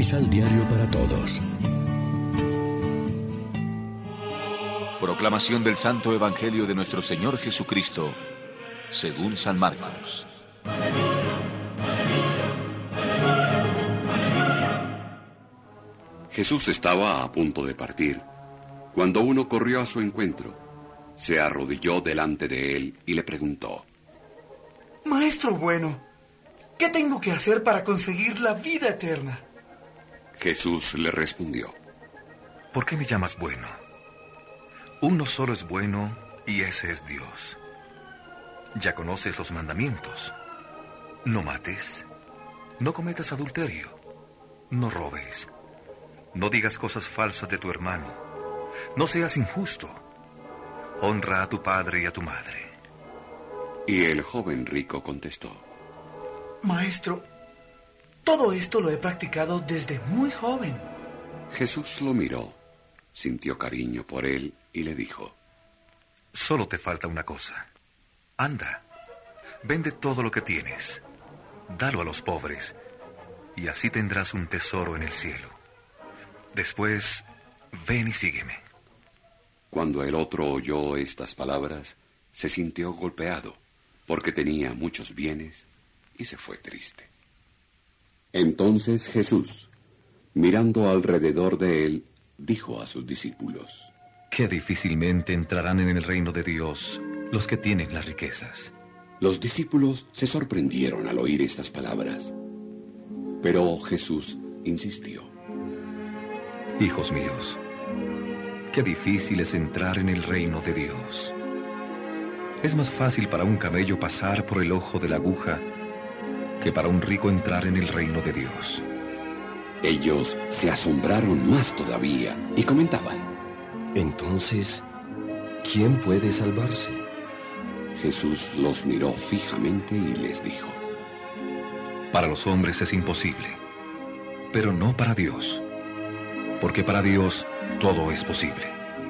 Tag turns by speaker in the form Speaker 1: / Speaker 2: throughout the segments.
Speaker 1: Misal Diario para Todos.
Speaker 2: Proclamación del Santo Evangelio de nuestro Señor Jesucristo, según San Marcos.
Speaker 3: Jesús estaba a punto de partir, cuando uno corrió a su encuentro, se arrodilló delante de él y le preguntó:
Speaker 4: Maestro bueno, ¿qué tengo que hacer para conseguir la vida eterna?
Speaker 3: Jesús le respondió:
Speaker 5: ¿Por qué me llamas bueno? Uno solo es bueno y ese es Dios. Ya conoces los mandamientos. No mates, no cometas adulterio, no robes, no digas cosas falsas de tu hermano, no seas injusto, honra a tu padre y a tu madre.
Speaker 3: Y el joven rico contestó:
Speaker 4: Maestro, todo esto lo he practicado desde muy joven.
Speaker 3: Jesús lo miró, sintió cariño por él y le dijo:
Speaker 5: Solo te falta una cosa. Anda, vende todo lo que tienes, dalo a los pobres, y así tendrás un tesoro en el cielo. Después, ven y sígueme.
Speaker 3: Cuando el otro oyó estas palabras, se sintió golpeado, porque tenía muchos bienes, y se fue triste. Entonces Jesús, mirando alrededor de él, dijo a sus discípulos:
Speaker 5: Qué difícilmente entrarán en el reino de Dios los que tienen las riquezas.
Speaker 3: Los discípulos se sorprendieron al oír estas palabras, pero Jesús insistió:
Speaker 5: Hijos míos, qué difícil es entrar en el reino de Dios. Es más fácil para un camello pasar por el ojo de la aguja que para un rico entrar en el reino de Dios.
Speaker 3: Ellos se asombraron más todavía y comentaban:
Speaker 6: Entonces, ¿quién puede salvarse?
Speaker 3: Jesús los miró fijamente y les dijo:
Speaker 5: Para los hombres es imposible, pero no para Dios, porque para Dios todo es posible.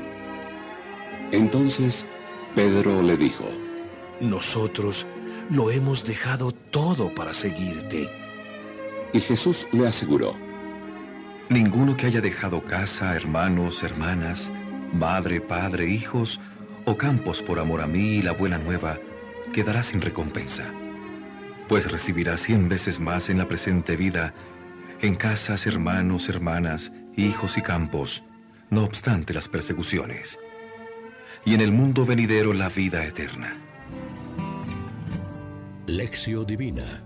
Speaker 3: Entonces Pedro le dijo:
Speaker 1: Nosotros lo hemos dejado todo para seguirte.
Speaker 3: Y Jesús le aseguró:
Speaker 5: Ninguno que haya dejado casa, hermanos, hermanas, madre, padre, hijos o campos por amor a mí y la buena nueva, quedará sin recompensa, pues recibirá 100 veces más en la presente vida, en casas, hermanos, hermanas, hijos y campos, no obstante las persecuciones, y en el mundo venidero la vida eterna.
Speaker 1: Lección Divina.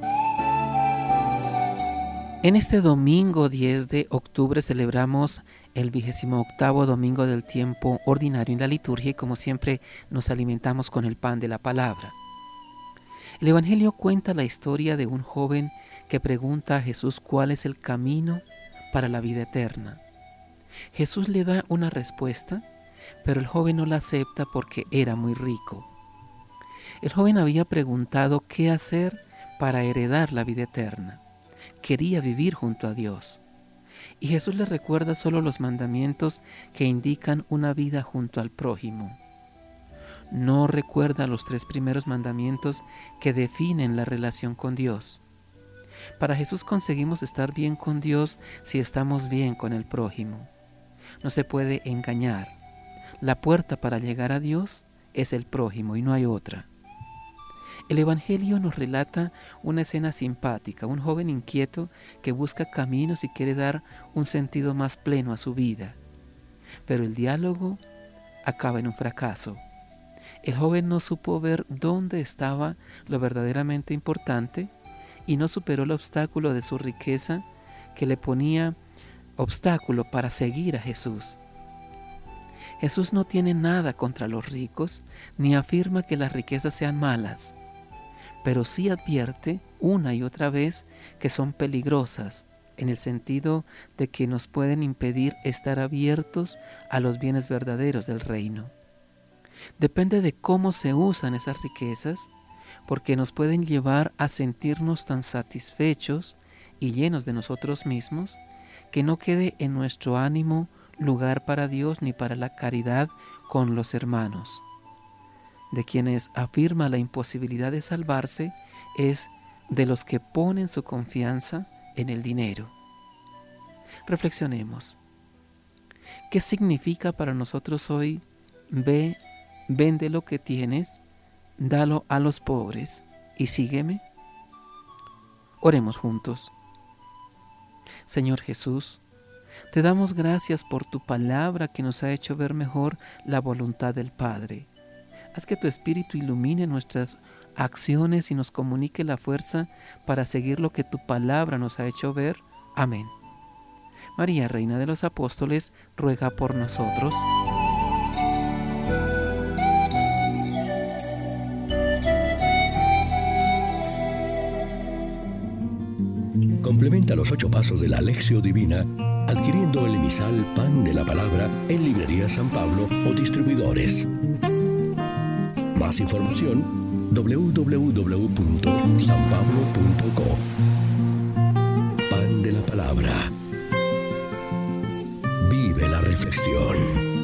Speaker 7: En este domingo 10 de octubre celebramos el 28º domingo del tiempo ordinario en la liturgia y como siempre nos alimentamos con el pan de la palabra. El Evangelio cuenta la historia de un joven que pregunta a Jesús cuál es el camino para la vida eterna. Jesús le da una respuesta, pero el joven no la acepta porque era muy rico. El joven había preguntado qué hacer para heredar la vida eterna. Quería vivir junto a Dios. Y Jesús le recuerda solo los mandamientos que indican una vida junto al prójimo. No recuerda los 3 primeros mandamientos que definen la relación con Dios. Para Jesús conseguimos estar bien con Dios si estamos bien con el prójimo. No se puede engañar. La puerta para llegar a Dios es el prójimo y no hay otra. El Evangelio nos relata una escena simpática, un joven inquieto que busca caminos y quiere dar un sentido más pleno a su vida. Pero el diálogo acaba en un fracaso. El joven no supo ver dónde estaba lo verdaderamente importante y no superó el obstáculo de su riqueza que le ponía obstáculo para seguir a Jesús. Jesús no tiene nada contra los ricos ni afirma que las riquezas sean malas, pero sí advierte una y otra vez que son peligrosas en el sentido de que nos pueden impedir estar abiertos a los bienes verdaderos del reino. Depende de cómo se usan esas riquezas, porque nos pueden llevar a sentirnos tan satisfechos y llenos de nosotros mismos que no quede en nuestro ánimo lugar para Dios ni para la caridad con los hermanos. De quienes afirma la imposibilidad de salvarse es de los que ponen su confianza en el dinero. Reflexionemos. ¿Qué significa para nosotros hoy? Ve, vende lo que tienes, dalo a los pobres y sígueme. Oremos juntos. Señor Jesús, te damos gracias por tu palabra que nos ha hecho ver mejor la voluntad del Padre. Haz que tu Espíritu ilumine nuestras acciones y nos comunique la fuerza para seguir lo que tu palabra nos ha hecho ver. Amén. María, Reina de los Apóstoles, ruega por nosotros.
Speaker 8: Complementa los 8 pasos de la Alexio Divina adquiriendo el emisal Pan de la Palabra en Librería San Pablo o distribuidores. Más información www.sanpablo.co. Pan de la Palabra. Vive la reflexión.